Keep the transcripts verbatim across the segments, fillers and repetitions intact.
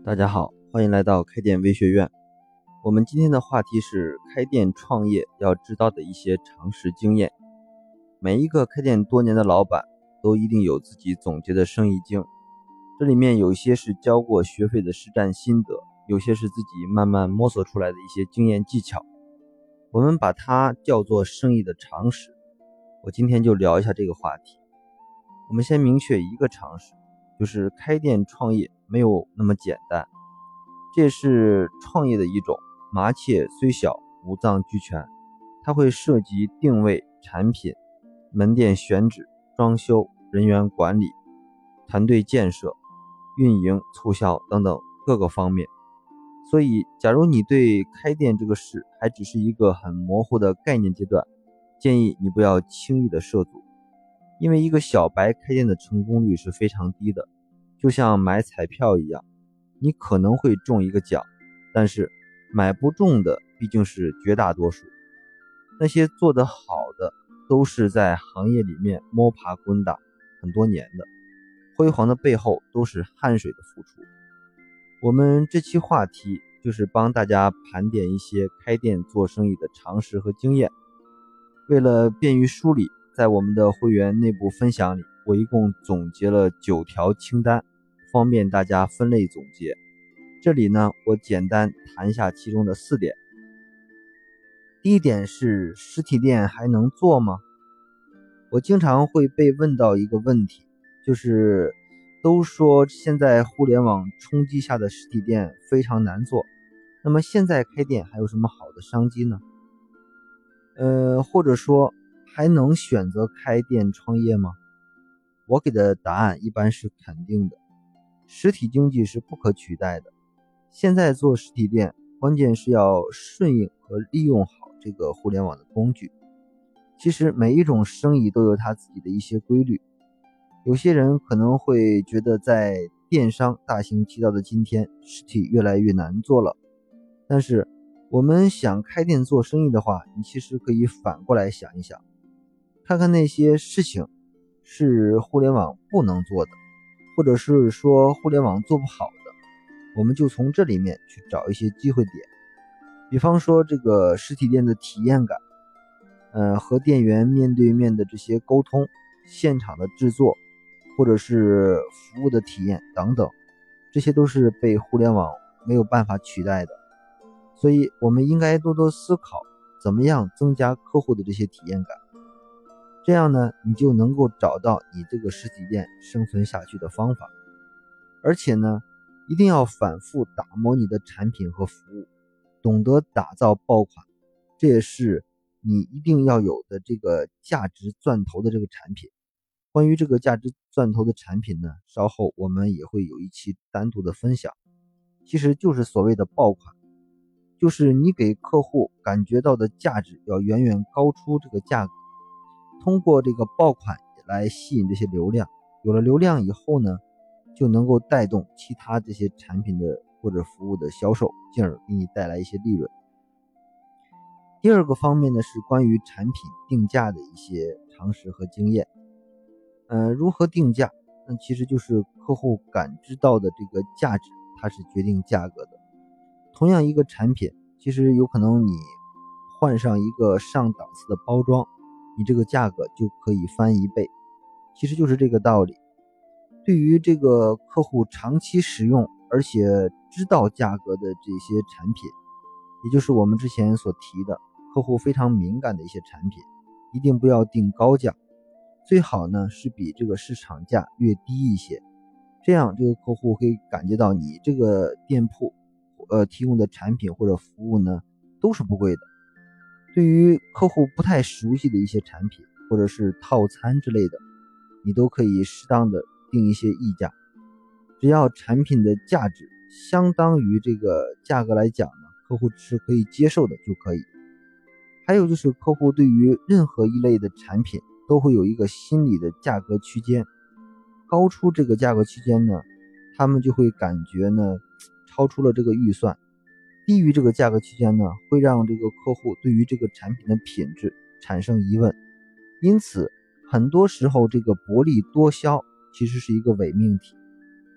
大家好，欢迎来到开店微学院。我们今天的话题是开店创业要知道的一些常识经验。每一个开店多年的老板都一定有自己总结的生意经，这里面有一些是交过学费的实战心得，有些是自己慢慢摸索出来的一些经验技巧，我们把它叫做生意的常识。我今天就聊一下这个话题。我们先明确一个常识，就是开店创业没有那么简单，这是创业的一种。麻雀虽小，五脏俱全，它会涉及定位、产品、门店选址、装修、人员管理、团队建设、运营、促销等等各个方面。所以假如你对开店这个事还只是一个很模糊的概念阶段，建议你不要轻易的涉足，因为一个小白开店的成功率是非常低的，就像买彩票一样，你可能会中一个奖，但是买不中的毕竟是绝大多数。那些做得好的都是在行业里面摸爬滚打很多年的，辉煌的背后都是汗水的付出。我们这期话题就是帮大家盘点一些开店做生意的常识和经验。为了便于梳理，在我们的会员内部分享里，我一共总结了九条清单，方便大家分类总结。这里呢，我简单谈一下其中的四点。第一点是实体店还能做吗？我经常会被问到一个问题，就是都说现在互联网冲击下的实体店非常难做，那么现在开店还有什么好的商机呢？呃，或者说还能选择开店创业吗？我给的答案一般是肯定的。实体经济是不可取代的，现在做实体店，关键是要顺应和利用好这个互联网的工具。其实每一种生意都有它自己的一些规律，有些人可能会觉得在电商大行其道的今天，实体越来越难做了。但是我们想开店做生意的话，你其实可以反过来想一想，看看那些事情是互联网不能做的，或者是说互联网做不好的，我们就从这里面去找一些机会点。比方说这个实体店的体验感，呃，和店员面对面的这些沟通，现场的制作，或者是服务的体验等等，这些都是被互联网没有办法取代的。所以我们应该多多思考怎么样增加客户的这些体验感，这样呢，你就能够找到你这个实体店生存下去的方法。而且呢，一定要反复打磨你的产品和服务，懂得打造爆款，这也是你一定要有的这个价值钻头的这个产品。关于这个价值钻头的产品呢，稍后我们也会有一期单独的分享。其实就是所谓的爆款，就是你给客户感觉到的价值要远远高出这个价格，通过这个爆款来吸引这些流量，有了流量以后呢，就能够带动其他这些产品的或者服务的销售，进而给你带来一些利润。第二个方面呢，是关于产品定价的一些常识和经验。呃，如何定价？那其实就是客户感知到的这个价值，它是决定价格的。同样一个产品，其实有可能你换上一个上档次的包装，你这个价格就可以翻一倍，其实就是这个道理。对于这个客户长期使用而且知道价格的这些产品，也就是我们之前所提的客户非常敏感的一些产品，一定不要定高价，最好呢是比这个市场价略低一些，这样这个客户可以感觉到你这个店铺呃提供的产品或者服务呢都是不贵的。对于客户不太熟悉的一些产品或者是套餐之类的，你都可以适当的定一些溢价，只要产品的价值相当于这个价格来讲呢，客户是可以接受的就可以。还有就是客户对于任何一类的产品都会有一个心理的价格区间，高出这个价格区间呢，他们就会感觉呢超出了这个预算，低于这个价格区间呢，会让这个客户对于这个产品的品质产生疑问。因此很多时候这个薄利多销其实是一个伪命题。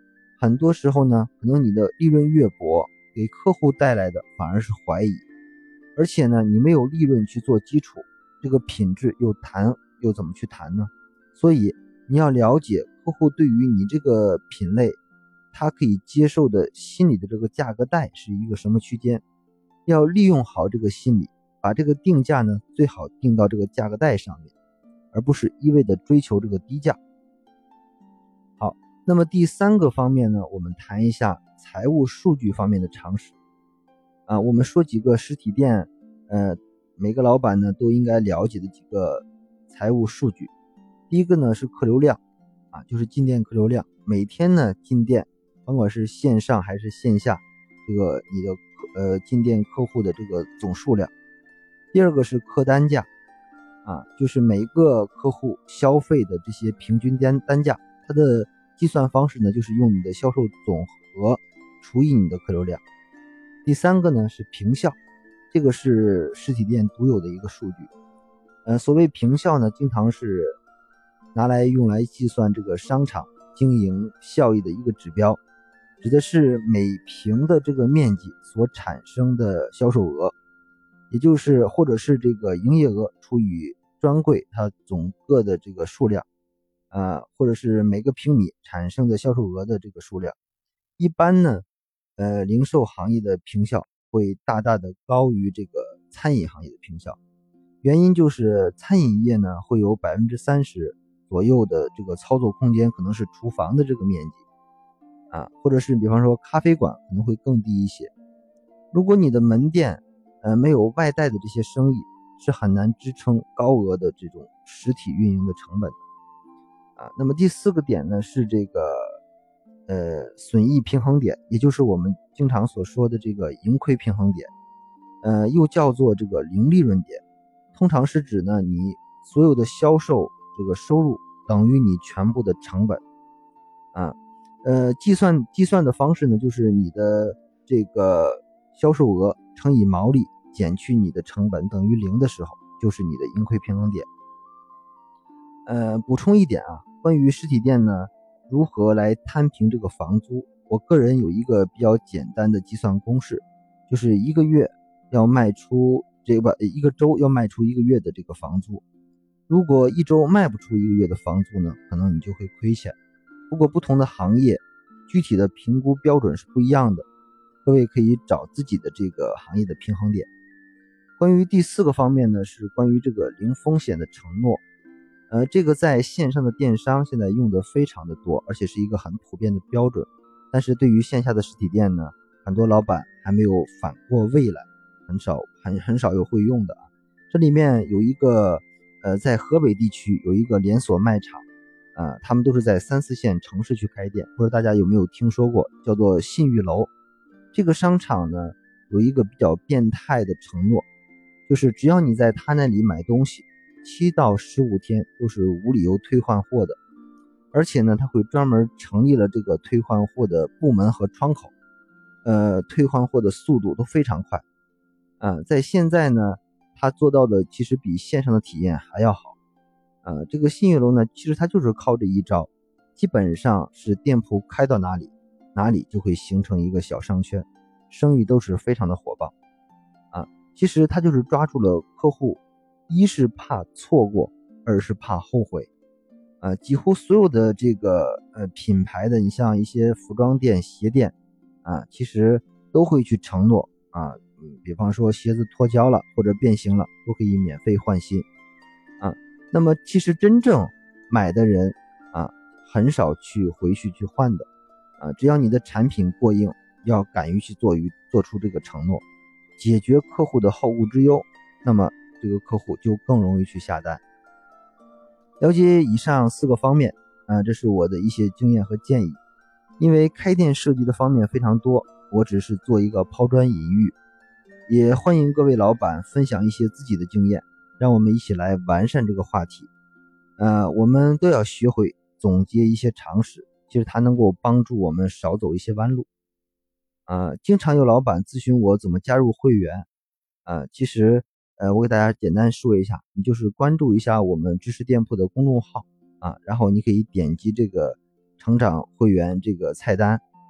很多时候呢，可能你的利润越薄，给客户带来的反而是怀疑，而且呢，你没有利润去做基础，这个品质又谈又怎么去谈呢？所以你要了解客户对于你这个品类，他可以接受的心理的这个价格带是一个什么区间，要利用好这个心理，把这个定价呢最好定到这个价格带上面，而不是一味的追求这个低价。好，那么第三个方面呢，我们谈一下财务数据方面的常识。啊，我们说几个实体店，呃，每个老板呢都应该了解的几个财务数据。第一个呢是客流量，啊，就是进店客流量，每天呢进店，甭管是线上还是线下，这个你的呃进店客户的这个总数量。第二个是客单价，啊，就是每个客户消费的这些平均单单价，它的计算方式呢就是用你的销售总额除以你的客流量。第三个呢是平效，这个是实体店独有的一个数据。呃，所谓平效呢，经常是拿来用来计算这个商场经营效益的一个指标，指的是每平的这个面积所产生的销售额，也就是或者是这个营业额除以专柜它总个的这个数量，呃，或者是每个平米产生的销售额的这个数量。一般呢，呃，零售行业的平效会大大的高于这个餐饮行业的平效，原因就是餐饮业呢会有 百分之三十 左右的这个操作空间，可能是厨房的这个面积啊，或者是比方说咖啡馆可能会更低一些。如果你的门店呃没有外带的这些生意，是很难支撑高额的这种实体运营的成本的啊。那么第四个点呢是这个呃损益平衡点，也就是我们经常所说的这个盈亏平衡点，呃又叫做这个零利润点，通常是指呢你所有的销售这个收入等于你全部的成本啊。呃计算计算的方式呢就是你的这个销售额乘以毛利减去你的成本等于零的时候，就是你的盈亏平衡点。呃补充一点啊，关于实体店呢如何来摊平这个房租，我个人有一个比较简单的计算公式，就是一个月要卖出这个一个周要卖出一个月的这个房租。如果一周卖不出一个月的房租呢，可能你就会亏钱。不过不同的行业具体的评估标准是不一样的，各位可以找自己的这个行业的平衡点。关于第四个方面呢，是关于这个零风险的承诺。呃，这个在线上的电商现在用的非常的多，而且是一个很普遍的标准。但是对于线下的实体店呢，很多老板还没有反过味来，很少很很少有会用的啊。这里面有一个呃，在河北地区有一个连锁卖场，啊，他们都是在三四线城市去开店，不知道大家有没有听说过，叫做信誉楼。这个商场呢，有一个比较变态的承诺，就是只要你在他那里买东西，七到十五天都是无理由退换货的，而且呢，他会专门成立了这个退换货的部门和窗口，呃，退换货的速度都非常快，啊、呃，在现在呢，他做到的其实比线上的体验还要好，啊、呃，这个信誉楼呢，其实它就是靠这一招，基本上是店铺开到哪里，哪里就会形成一个小商圈，生意都是非常的火爆，啊，其实他就是抓住了客户。一是怕错过，二是怕后悔，啊，几乎所有的这个呃品牌的，你像一些服装店、鞋店，啊，其实都会去承诺啊，嗯，比方说鞋子脱胶了或者变形了，都可以免费换新，啊，那么其实真正买的人啊，很少去回去去换的，啊，只要你的产品过硬，要敢于去做于做出这个承诺，解决客户的后顾之忧，那么这个客户就更容易去下单。了解以上四个方面，啊，这是我的一些经验和建议。因为开店涉及的方面非常多，我只是做一个抛砖引玉，也欢迎各位老板分享一些自己的经验，让我们一起来完善这个话题。呃，我们都要学会总结一些常识，其实它能够帮助我们少走一些弯路。啊、呃，经常有老板咨询我怎么加入会员，呃，其实。呃，我给大家简单说一下，你就是关注一下我们知识店铺的公众号啊，然后你可以点击这个成长会员这个菜单，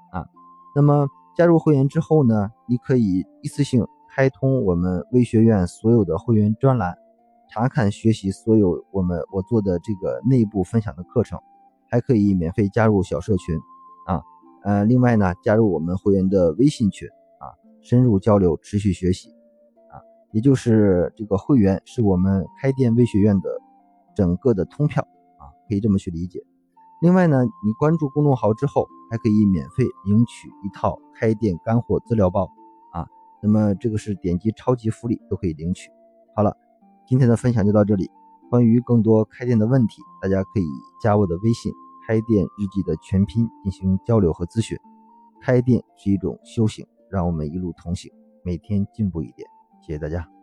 那么加入会员之后呢，你可以一次性开通我们微学院所有的会员专栏，查看学习所有我们我做的这个内部分享的课程，还可以免费加入小社群啊。呃，另外呢，加入我们会员的微信群啊，深入交流，持续学习啊。也就是这个会员是我们开店微学院的整个的通票啊，可以这么去理解。另外呢，你关注公众号之后，还可以免费领取一套开店干货资料包啊。那么这个是点击超级福利都可以领取。好了，今天的分享就到这里。关于更多开店的问题，大家可以加我的微信开店日记的全拼进行交流和咨询。开店是一种修行，让我们一路同行，每天进步一点。谢谢大家。